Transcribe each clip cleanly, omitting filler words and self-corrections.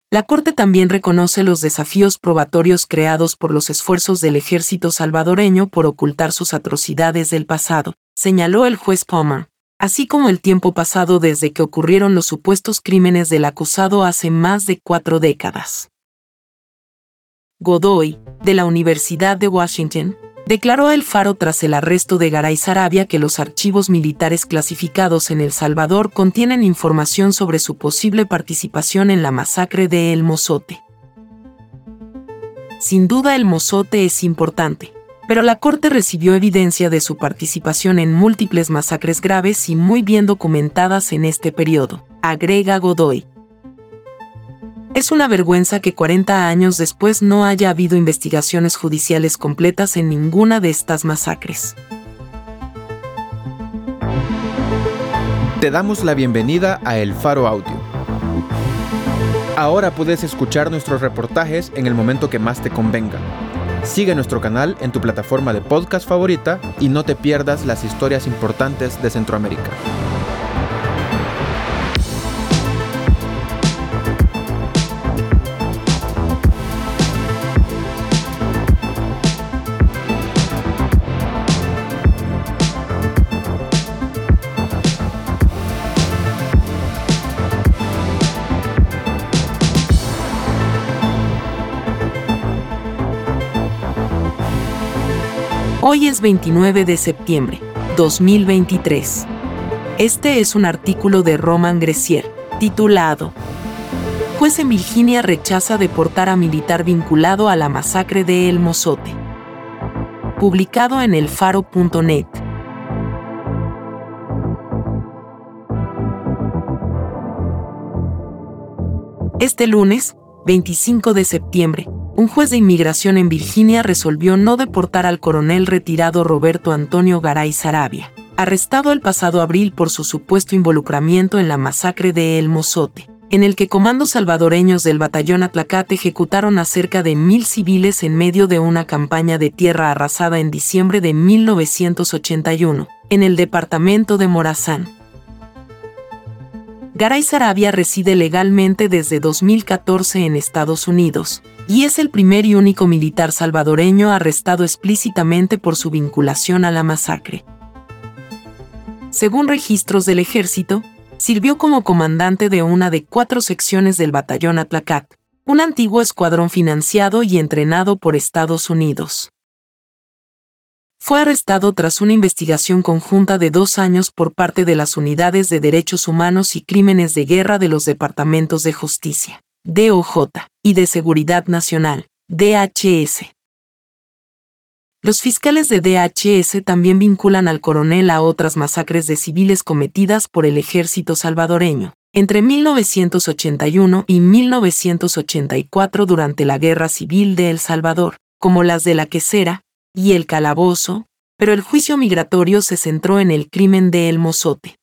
La Corte también reconoce los desafíos probatorios creados por los esfuerzos del ejército salvadoreño por ocultar sus atrocidades del pasado, señaló el juez Palmer, así como el tiempo pasado desde que ocurrieron los supuestos crímenes del acusado hace más de 4 décadas. Godoy, de la Universidad de Washington, declaró a El Faro tras el arresto de Garay Saravia que los archivos militares clasificados en El Salvador contienen información sobre su posible participación en la masacre de El Mozote. Sin duda El Mozote es importante, pero la Corte recibió evidencia de su participación en múltiples masacres graves y muy bien documentadas en este periodo, agrega Godoy. Es una vergüenza que 40 años después no haya habido investigaciones judiciales completas en ninguna de estas masacres. Te damos la bienvenida a El Faro Audio. Ahora puedes escuchar nuestros reportajes en el momento que más te convenga. Sigue nuestro canal en tu plataforma de podcast favorita y no te pierdas las historias importantes de Centroamérica. Hoy es 29 de septiembre, 2023. Este es un artículo de Roman Gressier, titulado Juez en Virginia rechaza deportar a militar vinculado a la masacre de El Mozote. Publicado en elfaro.net. Este lunes, 25 de septiembre, un juez de inmigración en Virginia resolvió no deportar al coronel retirado Roberto Antonio Garay Saravia, arrestado el pasado abril por su supuesto involucramiento en la masacre de El Mozote, en el que comandos salvadoreños del batallón Atlacat ejecutaron a cerca de 1,000 civiles en medio de una campaña de tierra arrasada en diciembre de 1981, en el departamento de Morazán. Garay Saravia reside legalmente desde 2014 en Estados Unidos, y es el primer y único militar salvadoreño arrestado explícitamente por su vinculación a la masacre. Según registros del ejército, sirvió como comandante de una de 4 secciones del batallón Atlacat, un antiguo escuadrón financiado y entrenado por Estados Unidos. Fue arrestado tras una investigación conjunta de 2 años por parte de las Unidades de Derechos Humanos y Crímenes de Guerra de los Departamentos de Justicia, DOJ, y de Seguridad Nacional, DHS. Los fiscales de DHS también vinculan al coronel a otras masacres de civiles cometidas por el ejército salvadoreño, entre 1981 y 1984 durante la Guerra Civil de El Salvador, como las de La Quesera y El Calabozo, pero el juicio migratorio se centró en el crimen de El Mozote.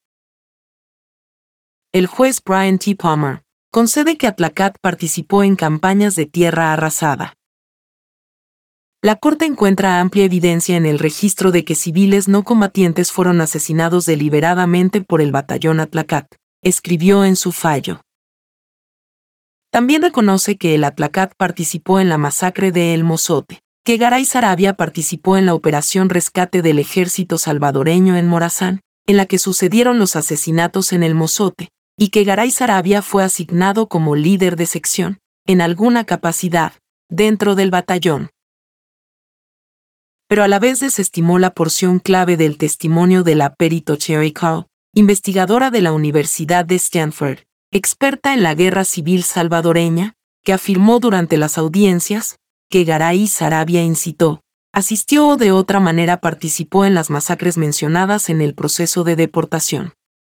El juez Brian T. Palmer concede que Atlacat participó en campañas de tierra arrasada. La Corte encuentra amplia evidencia en el registro de que civiles no combatientes fueron asesinados deliberadamente por el batallón Atlacat, escribió en su fallo. También reconoce que el Atlacat participó en la masacre de El Mozote, que Garay Saravia participó en la operación rescate del ejército salvadoreño en Morazán, en la que sucedieron los asesinatos en El Mozote, y que Garay Saravia fue asignado como líder de sección, en alguna capacidad, dentro del batallón. Pero a la vez desestimó la porción clave del testimonio de la perito Cherry Call, investigadora de la Universidad de Stanford, experta en la guerra civil salvadoreña, que afirmó durante las audiencias que Garay Saravia incitó, asistió o de otra manera participó en las masacres mencionadas en el proceso de deportación.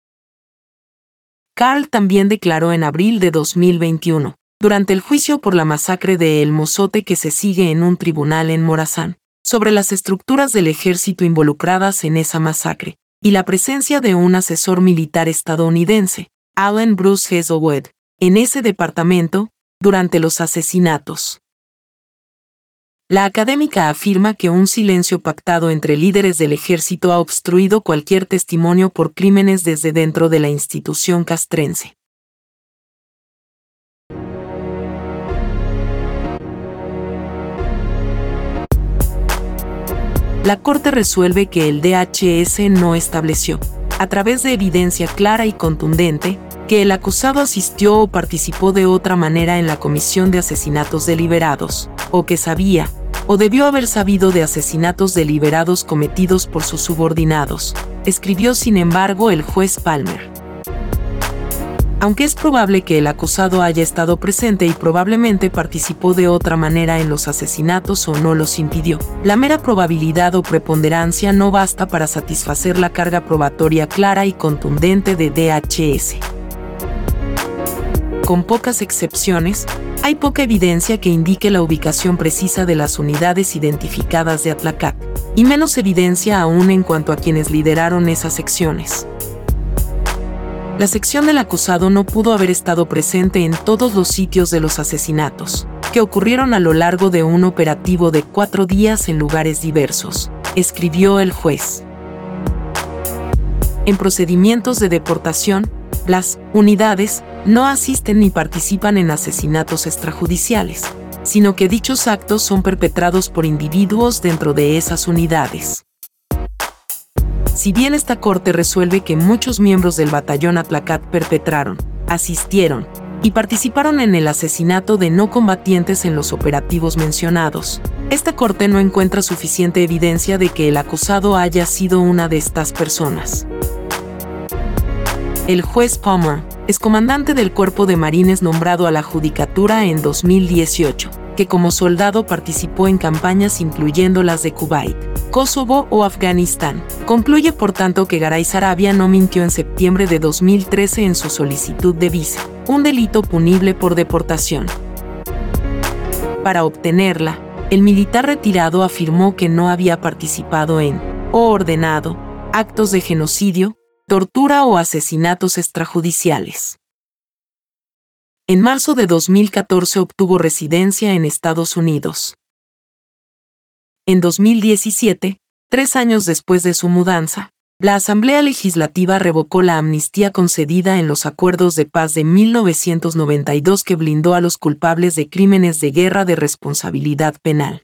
Carl también declaró en abril de 2021, durante el juicio por la masacre de El Mozote que se sigue en un tribunal en Morazán, sobre las estructuras del ejército involucradas en esa masacre, y la presencia de un asesor militar estadounidense, Alan Bruce Hazelwood, en ese departamento, durante los asesinatos. La académica afirma que un silencio pactado entre líderes del ejército ha obstruido cualquier testimonio por crímenes desde dentro de la institución castrense. la Corte resuelve que el DHS no estableció, a través de evidencia clara y contundente, que el acusado asistió o participó de otra manera en la comisión de asesinatos deliberados, o que sabía, o debió haber sabido de asesinatos deliberados cometidos por sus subordinados, escribió sin embargo el juez Palmer. Aunque es probable que el acusado haya estado presente y probablemente participó de otra manera en los asesinatos o no los impidió, la mera probabilidad o preponderancia no basta para satisfacer la carga probatoria clara y contundente de DHS. Con pocas excepciones, hay poca evidencia que indique la ubicación precisa de las unidades identificadas de Atlacat, y menos evidencia aún en cuanto a quienes lideraron esas secciones. La sección del acusado no pudo haber estado presente en todos los sitios de los asesinatos, que ocurrieron a lo largo de un operativo de 4 días en lugares diversos, escribió el juez. En procedimientos de deportación, las unidades no asisten ni participan en asesinatos extrajudiciales, sino que dichos actos son perpetrados por individuos dentro de esas unidades. Si bien esta corte resuelve que muchos miembros del batallón Atlacat perpetraron, asistieron y participaron en el asesinato de no combatientes en los operativos mencionados, esta corte no encuentra suficiente evidencia de que el acusado haya sido una de estas personas. El juez Palmer es comandante del Cuerpo de Marines nombrado a la judicatura en 2018, que como soldado participó en campañas incluyendo las de Kuwait, Kosovo o Afganistán. Concluye por tanto que Garay Sarabia no mintió en septiembre de 2013 en su solicitud de visa, un delito punible por deportación. Para obtenerla, el militar retirado afirmó que no había participado en, o ordenado, actos de genocidio, tortura o asesinatos extrajudiciales. En marzo de 2014 obtuvo residencia en Estados Unidos. En 2017, 3 años después de su mudanza, la Asamblea Legislativa revocó la amnistía concedida en los acuerdos de paz de 1992 que blindó a los culpables de crímenes de guerra de responsabilidad penal.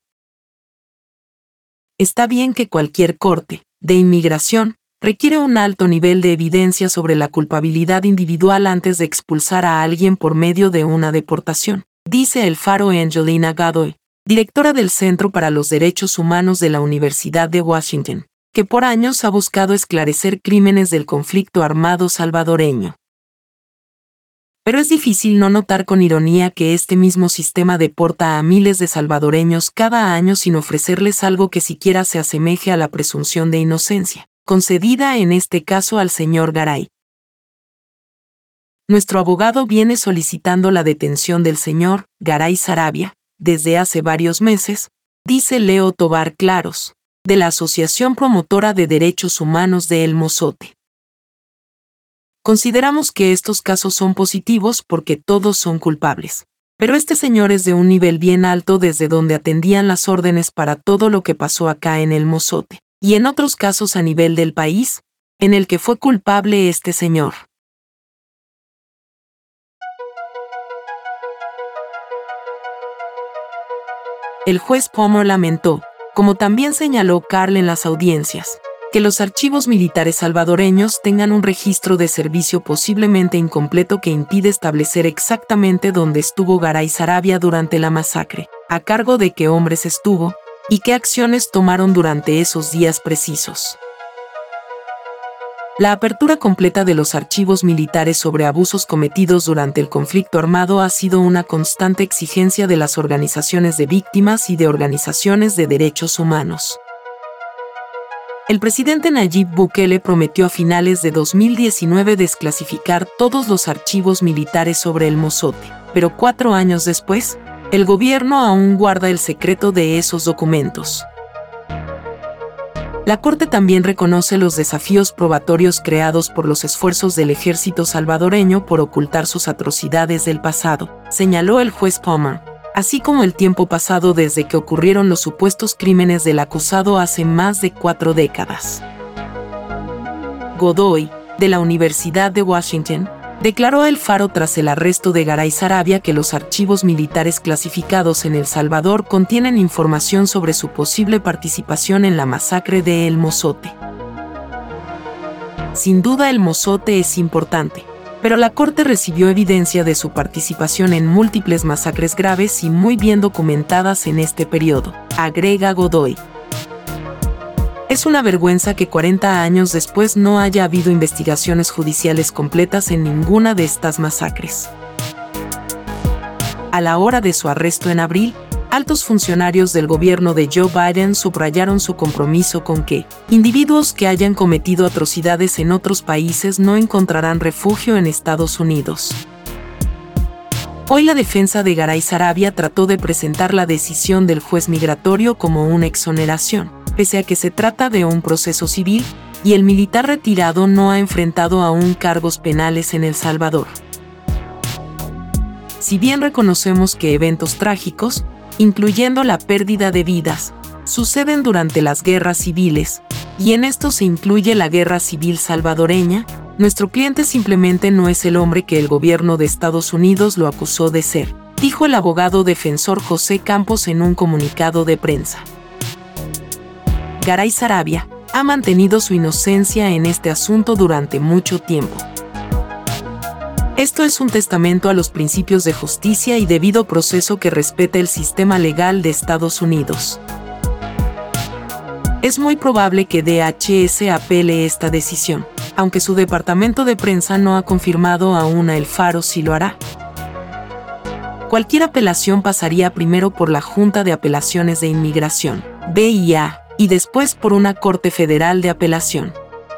Está bien que cualquier corte de inmigración requiere un alto nivel de evidencia sobre la culpabilidad individual antes de expulsar a alguien por medio de una deportación, dice el Faro Angelina Godoy, directora del Centro para los Derechos Humanos de la Universidad de Washington, que por años ha buscado esclarecer crímenes del conflicto armado salvadoreño. Pero es difícil no notar con ironía que este mismo sistema deporta a miles de salvadoreños cada año sin ofrecerles algo que siquiera se asemeje a la presunción de inocencia, concedida en este caso al señor Garay. Nuestro abogado viene solicitando la detención del señor Garay Sarabia desde hace varios meses, dice Leo Tobar Claros, de la Asociación Promotora de Derechos Humanos de El Mozote. Consideramos que estos casos son positivos porque todos son culpables, pero este señor es de un nivel bien alto desde donde atendían las órdenes para todo lo que pasó acá en El Mozote, y en otros casos a nivel del país, en el que fue culpable este señor. El juez Palmer lamentó, como también señaló Carl en las audiencias, que los archivos militares salvadoreños tengan un registro de servicio posiblemente incompleto que impide establecer exactamente dónde estuvo Garay Sarabia durante la masacre, a cargo de qué hombres estuvo, y qué acciones tomaron durante esos días precisos. La apertura completa de los archivos militares sobre abusos cometidos durante el conflicto armado ha sido una constante exigencia de las organizaciones de víctimas y de organizaciones de derechos humanos. El presidente Nayib Bukele prometió a finales de 2019 desclasificar todos los archivos militares sobre el Mozote, pero 4 años después, el gobierno aún guarda el secreto de esos documentos. La Corte también reconoce los desafíos probatorios creados por los esfuerzos del ejército salvadoreño por ocultar sus atrocidades del pasado, señaló el juez Palmer, así como el tiempo pasado desde que ocurrieron los supuestos crímenes del acusado hace más de 4 décadas. Godoy, de la Universidad de Washington, declaró a El Faro tras el arresto de Garay Saravia que los archivos militares clasificados en El Salvador contienen información sobre su posible participación en la masacre de El Mozote. Sin duda El Mozote es importante, pero la Corte recibió evidencia de su participación en múltiples masacres graves y muy bien documentadas en este periodo, agrega Godoy. Es una vergüenza que 40 años después no haya habido investigaciones judiciales completas en ninguna de estas masacres. A la hora de su arresto en abril, altos funcionarios del gobierno de Joe Biden subrayaron su compromiso con que individuos que hayan cometido atrocidades en otros países no encontrarán refugio en Estados Unidos. Hoy la defensa de Garay Saravia trató de presentar la decisión del juez migratorio como una exoneración, pese a que se trata de un proceso civil y el militar retirado no ha enfrentado aún cargos penales en El Salvador. Si bien reconocemos que eventos trágicos, incluyendo la pérdida de vidas, suceden durante las guerras civiles, y en esto se incluye la guerra civil salvadoreña, nuestro cliente simplemente no es el hombre que el gobierno de Estados Unidos lo acusó de ser, dijo el abogado defensor José Campos en un comunicado de prensa. Garay Saravia ha mantenido su inocencia en este asunto durante mucho tiempo. Esto es un testamento a los principios de justicia y debido proceso que respeta el sistema legal de Estados Unidos. Es muy probable que DHS apele esta decisión, aunque su departamento de prensa no ha confirmado aún a El Faro si lo hará. Cualquier apelación pasaría primero por la Junta de Apelaciones de Inmigración, BIA, y después por una Corte Federal de Apelación.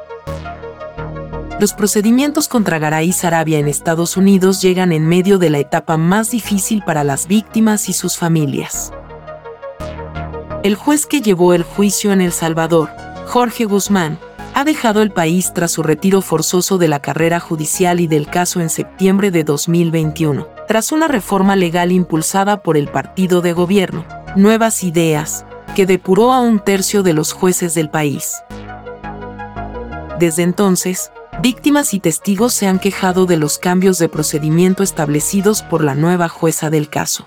Los procedimientos contra Garay Saravia en Estados Unidos llegan en medio de la etapa más difícil para las víctimas y sus familias. El juez que llevó el juicio en El Salvador, Jorge Guzmán, ha dejado el país tras su retiro forzoso de la carrera judicial y del caso en septiembre de 2021, tras una reforma legal impulsada por el partido de gobierno, Nuevas Ideas, que depuró a 1/3 de los jueces del país. Desde entonces, víctimas y testigos se han quejado de los cambios de procedimiento establecidos por la nueva jueza del caso.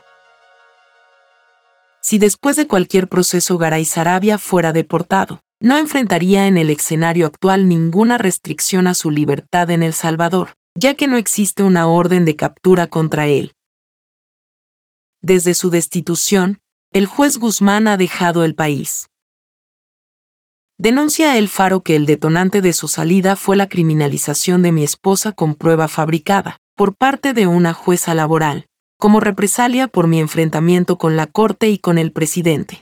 Si después de cualquier proceso Garay Saravia fuera deportado, no enfrentaría en el escenario actual ninguna restricción a su libertad en El Salvador, ya que no existe una orden de captura contra él. Desde su destitución, el juez Guzmán ha dejado el país. Denuncia a El Faro que el detonante de su salida fue la criminalización de mi esposa con prueba fabricada, por parte de una jueza laboral, como represalia por mi enfrentamiento con la Corte y con el presidente.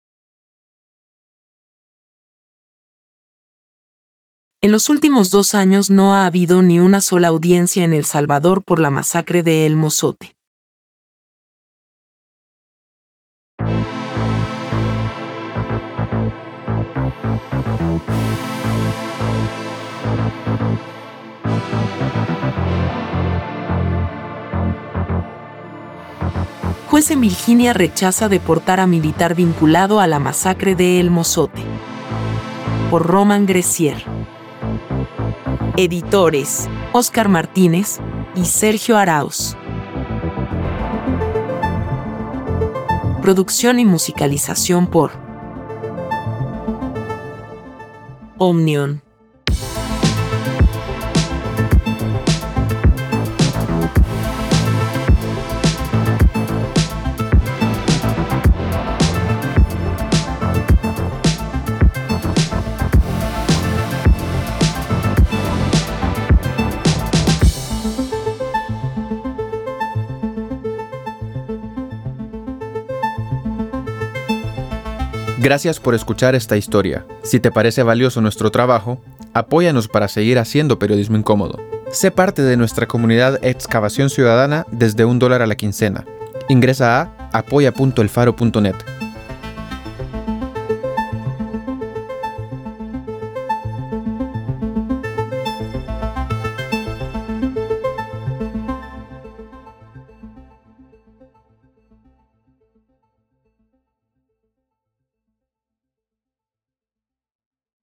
En los últimos 2 años no ha habido ni una sola audiencia en El Salvador por la masacre de El Mozote. Juez en Virginia rechaza deportar a militar vinculado a la masacre de El Mozote. Por Roman Gressier. Editores: Óscar Martínez y Sergio Arauz. Producción y musicalización por Omnion. Gracias por escuchar esta historia. Si te parece valioso nuestro trabajo, apóyanos para seguir haciendo periodismo incómodo. Sé parte de nuestra comunidad Excavación Ciudadana desde $1 a la quincena. Ingresa a apoya.elfaro.net.